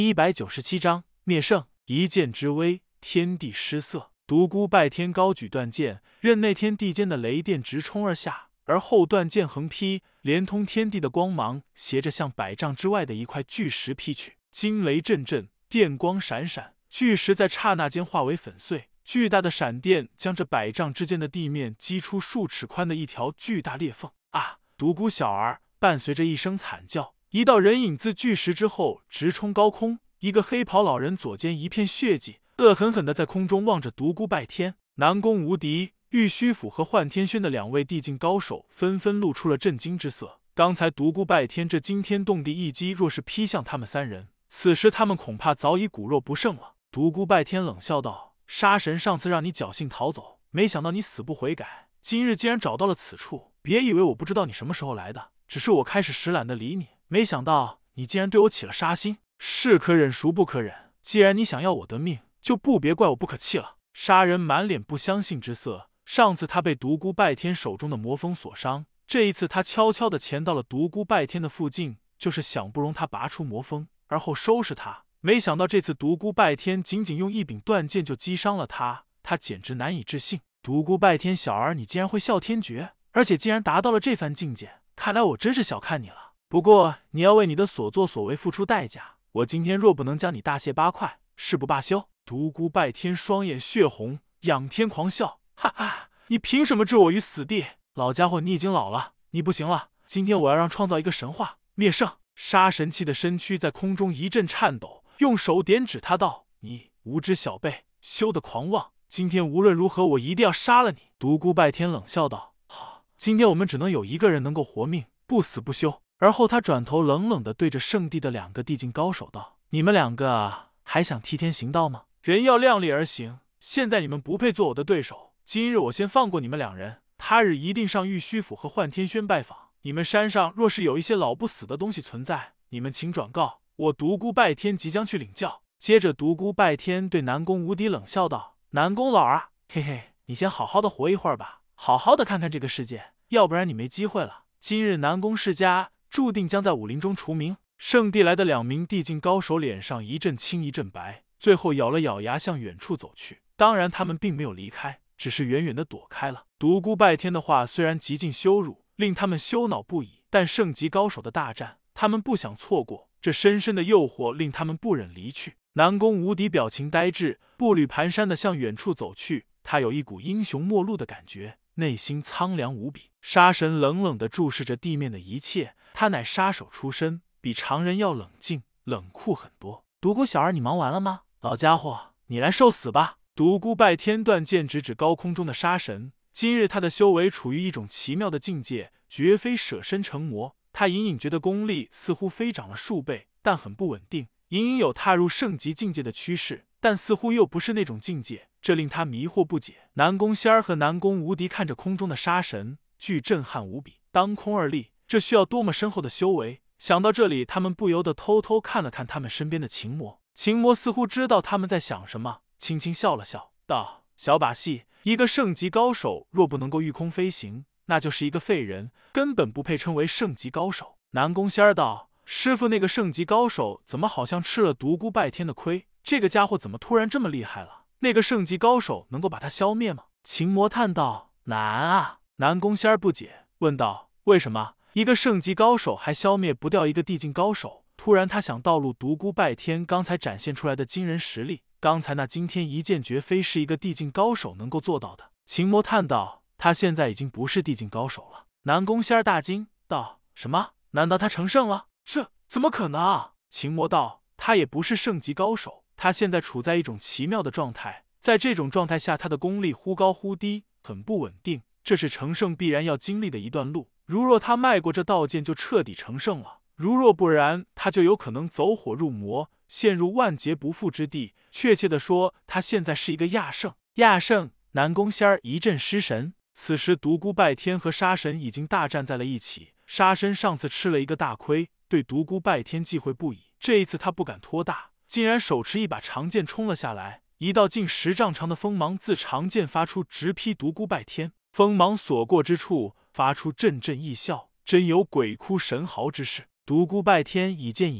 197章灭圣。一剑之威，天地失色。独孤拜天高举断剑，任内天地间的雷电直冲而下，而后断剑横劈，连通天地的光芒携着向100丈之外的一块巨石劈去。惊雷阵阵，电光闪闪，巨石在刹那间化为粉碎。巨大的闪电将这100丈之间的地面击出数尺宽的一条巨大裂缝。啊！独孤小儿伴随着一声惨叫，一道人影自巨石之后直冲高空。一个黑袍老人左肩一片血迹，恶狠狠地在空中望着独孤拜天。南宫无敌、玉虚府和幻天轩的2位地境高手纷纷露出了震惊之色。刚才独孤拜天这惊天动地一击，若是劈向他们3人，此时他们恐怕早已骨肉不剩了。独孤拜天冷笑道：“杀神上次让你侥幸逃走，没想到你死不悔改，今日竟然找到了此处。别以为我不知道你什么时候来的，只是我开始时懒得理你，没想到你竟然对我起了杀心。是可忍孰不可忍，既然你想要我的命，就不别怪我不可气了。”杀人满脸不相信之色。上次他被独孤拜天手中的魔锋所伤，这一次他悄悄地潜到了独孤拜天的附近，就是想不容他拔出魔锋，而后收拾他。没想到这次独孤拜天仅仅用一柄断剑就击伤了他，他简直难以置信。独孤拜天小儿，你竟然会哮天诀，而且竟然达到了这番境界，看来我真是小看你了。不过你要为你的所作所为付出代价，我今天若不能将你大卸8块，誓不罢休。独孤拜天双眼血红，仰天狂笑，哈哈，你凭什么置我于死地？老家伙，你已经老了，你不行了。今天我要让创造一个神话，灭圣。杀神器的身躯在空中一阵颤抖，用手点指他道：“你无知小辈，休得狂妄！今天无论如何，我一定要杀了你。”独孤拜天冷笑道：“好，今天我们只能有一个人能够活命，不死不休。”而后他转头冷冷地对着圣地的2个地境高手道：“你们2个还想替天行道吗？人要量力而行，现在你们不配做我的对手。今日我先放过你们2人，他日一定上玉虚府和幻天轩拜访。你们山上若是有一些老不死的东西存在，你们请转告我，独孤拜天即将去领教。”接着独孤拜天对南宫无敌冷笑道：“南宫老儿，嘿嘿，你先好好的活一会儿吧，好好的看看这个世界，要不然你没机会了。今日南宫世家注定将在武林中除名。”圣地来的2名地境高手脸上一阵青一阵白，最后咬了咬牙向远处走去。当然他们并没有离开，只是远远的躲开了。独孤拜天的话虽然极尽羞辱，令他们羞恼不已，但圣级高手的大战他们不想错过，这深深的诱惑令他们不忍离去。南宫无敌表情呆滞，步履蹒跚的向远处走去，他有一股英雄末路的感觉，内心苍凉无比。杀神冷冷地注视着地面的一切，他乃杀手出身，比常人要冷静冷酷很多。独孤小儿，你忙完了吗？老家伙，你来受死吧！独孤拜天断剑直指高空中的杀神。今日他的修为处于一种奇妙的境界，绝非舍身成魔。他隐隐觉得功力似乎飞涨了数倍，但很不稳定，隐隐有踏入圣级境界的趋势，但似乎又不是那种境界，这令他迷惑不解。南宫仙儿和南宫无敌看着空中的杀神，俱震撼无比，当空而立，这需要多么深厚的修为？想到这里，他们不由得偷偷看了看他们身边的秦魔。秦魔似乎知道他们在想什么，轻轻笑了笑，道：“小把戏，一个圣级高手若不能够御空飞行，那就是一个废人，根本不配称为圣级高手。”南宫仙儿道：“师傅，那个圣级高手怎么好像吃了独孤拜天的亏？这个家伙怎么突然这么厉害了？那个圣级高手能够把他消灭吗？”秦魔叹道：“难啊。”南宫仙儿不解，问道：“为什么？一个圣级高手还消灭不掉一个地境高手？”突然他想道路独孤拜天刚才展现出来的惊人实力，刚才那惊天一剑绝非是一个地境高手能够做到的。秦魔叹道：“他现在已经不是地境高手了。”南宫仙儿大惊道：“什么？难道他成圣了？这怎么可能？”秦魔道：“他也不是圣级高手，他现在处在一种奇妙的状态，在这种状态下，他的功力忽高忽低，很不稳定，这是成圣必然要经历的一段路。如若他迈过这道剑，就彻底成圣了。如若不然，他就有可能走火入魔，陷入万劫不复之地。确切的说，他现在是一个亚圣。”亚圣！南宫仙儿一阵失神。此时独孤拜天和杀神已经大战在了一起，杀神上次吃了一个大亏，对独孤拜天忌讳不已。这一次他不敢托大，竟然手持一把长剑冲了下来，一道近10丈长的锋芒自长剑发出，直劈独孤拜天。锋芒所过之处，发出阵阵异笑，真有鬼哭神嚎之势。独孤拜天以剑引电，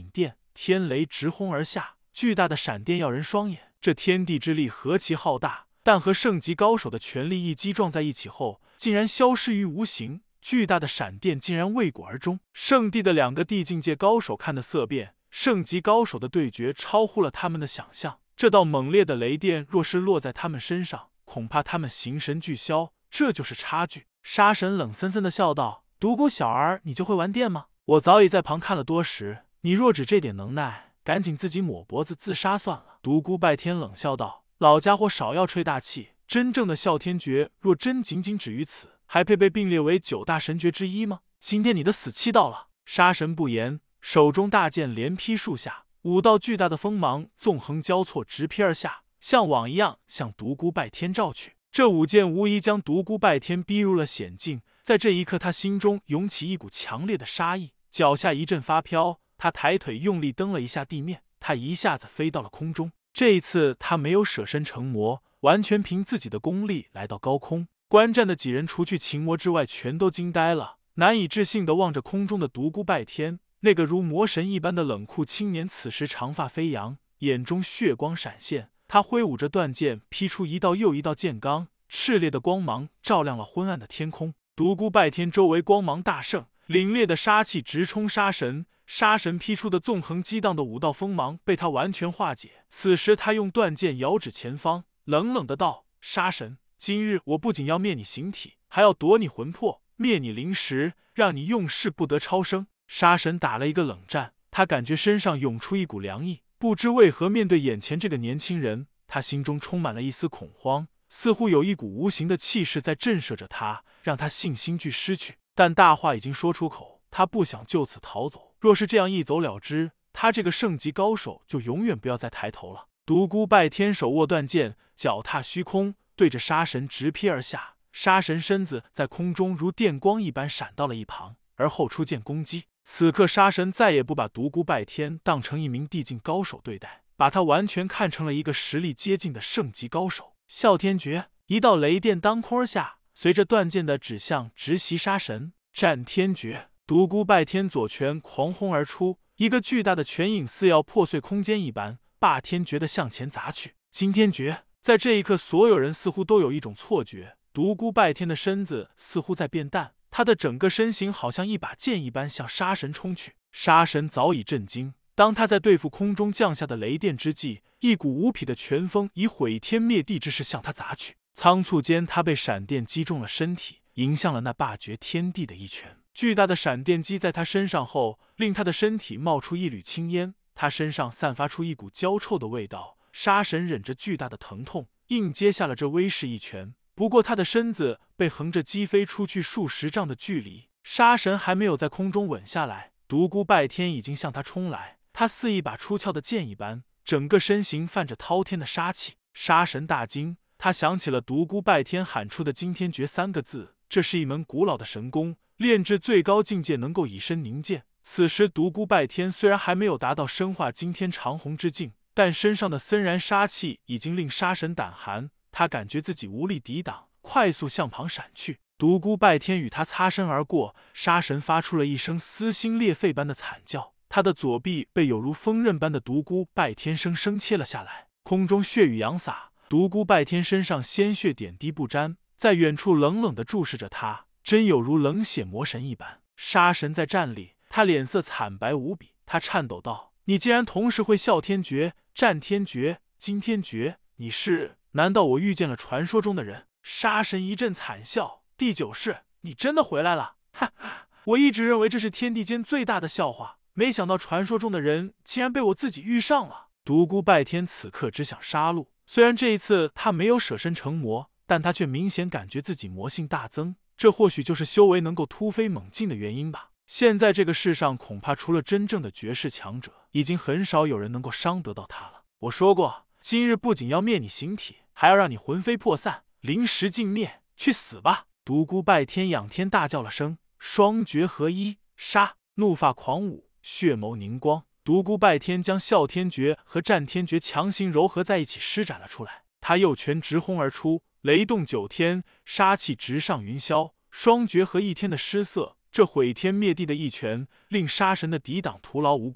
天雷直轰而下，巨大的闪电耀人双眼。这天地之力何其浩大，但和圣级高手的全力一击撞在一起后，竟然消失于无形。巨大的闪电竟然未果而终。圣地的2个地境界高手看得色变，圣级高手的对决超乎了他们的想象。这道猛烈的雷电若是落在他们身上，恐怕他们形神俱消。这就是差距。杀神冷森森的笑道：“独孤小儿，你就会玩电吗？我早已在旁看了多时，你若只这点能耐，赶紧自己抹脖子自杀算了。”独孤拜天冷笑道：“老家伙少要吹大气，真正的哮天诀若真仅仅止于此，还配被并列为9大神诀之一吗？今天你的死期到了。”杀神不言，手中大剑连劈数下，5道巨大的锋芒纵横交错，直劈而下，像网一样向独孤拜天照去。这5剑无疑将独孤拜天逼入了险境。在这一刻，他心中涌起一股强烈的杀意，脚下一阵发飘，他抬腿用力蹬了一下地面，他一下子飞到了空中。这一次他没有舍身成魔，完全凭自己的功力来到高空。观战的几人除去秦魔之外，全都惊呆了，难以置信地望着空中的独孤拜天。那个如魔神一般的冷酷青年，此时长发飞扬，眼中血光闪现。他挥舞着断剑，劈出一道又一道剑罡，炽烈的光芒照亮了昏暗的天空。独孤拜天周围光芒大盛，凛冽的杀气直冲杀神。杀神劈出的纵横激荡的5道锋芒被他完全化解。此时他用断剑遥指前方，冷冷的道：“杀神，今日我不仅要灭你形体，还要夺你魂魄，灭你灵识，让你永世不得超生。”杀神打了一个冷战，他感觉身上涌出一股凉意，不知为何面对眼前这个年轻人，他心中充满了一丝恐慌，似乎有一股无形的气势在震慑着他，让他信心俱失去。但大话已经说出口，他不想就此逃走。若是这样一走了之，他这个圣级高手就永远不要再抬头了。独孤拜天手握断剑，脚踏虚空，对着杀神直劈而下。杀神身子在空中如电光一般闪到了一旁，而后出剑攻击。此刻杀神再也不把独孤拜天当成一名地境高手对待，把他完全看成了一个实力接近的圣级高手。哮天诀，一道雷电当空而下，随着断剑的指向直袭杀神。战天诀，独孤拜天左拳狂轰而出，一个巨大的拳影似要破碎空间一般，霸天诀的向前砸去。惊天诀，在这一刻，所有人似乎都有一种错觉，独孤拜天的身子似乎在变淡，他的整个身形好像一把剑一般向杀神冲去。杀神早已震惊，当他在对付空中降下的雷电之际，一股无匹的拳风以毁天灭地之势向他砸去。仓促间，他被闪电击中了身体，迎向了那霸绝天地的一拳。巨大的闪电击在他身上后，令他的身体冒出一缕青烟，他身上散发出一股焦臭的味道。杀神忍着巨大的疼痛，硬接下了这威势一拳。不过他的身子被横着击飞出去数十丈的距离，杀神还没有在空中稳下来，独孤拜天已经向他冲来。他似一把出鞘的剑一般，整个身形泛着滔天的杀气。杀神大惊，他想起了独孤拜天喊出的惊天诀3个字，这是一门古老的神功，炼至最高境界能够以身凝剑。此时独孤拜天虽然还没有达到身化惊天长虹之境，但身上的森然杀气已经令杀神胆寒。他感觉自己无力抵挡，快速向旁闪去。独孤拜天与他擦身而过，杀神发出了一声撕心裂肺般的惨叫，他的左臂被有如锋刃般的独孤拜天生生切了下来。空中血雨扬洒，独孤拜天身上鲜血点滴不沾，在远处冷冷地注视着他，真有如冷血魔神一般。杀神在站立，他脸色惨白无比，他颤抖道：“你竟然同时会哮天诀、战天诀、惊天诀，你是……难道我遇见了传说中的人？”杀神一阵惨笑：“第9世，你真的回来了！哈哈，我一直认为这是天地间最大的笑话，没想到传说中的人竟然被我自己遇上了。”独孤拜天此刻只想杀戮，虽然这一次他没有舍身成魔，但他却明显感觉自己魔性大增，这或许就是修为能够突飞猛进的原因吧。现在这个世上恐怕除了真正的绝世强者，已经很少有人能够伤得到他了。我说过，今日不仅要灭你形体，还要让你魂飞魄散，灵识尽灭，去死吧！独孤拜天仰天大叫了声，双诀合一，杀！怒发狂舞，血眸凝光。独孤拜天将哮天诀和战天诀强行糅合在一起施展了出来，他右拳直轰而出，雷动9天，杀气直上云霄。双诀合一天的失色，这毁天灭地的一拳令杀神的抵挡徒劳无功，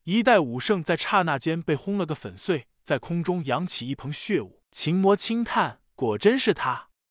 一代武圣在刹那间被轰了个粉碎，在空中扬起一捧血雾。秦魔轻叹，果真是他。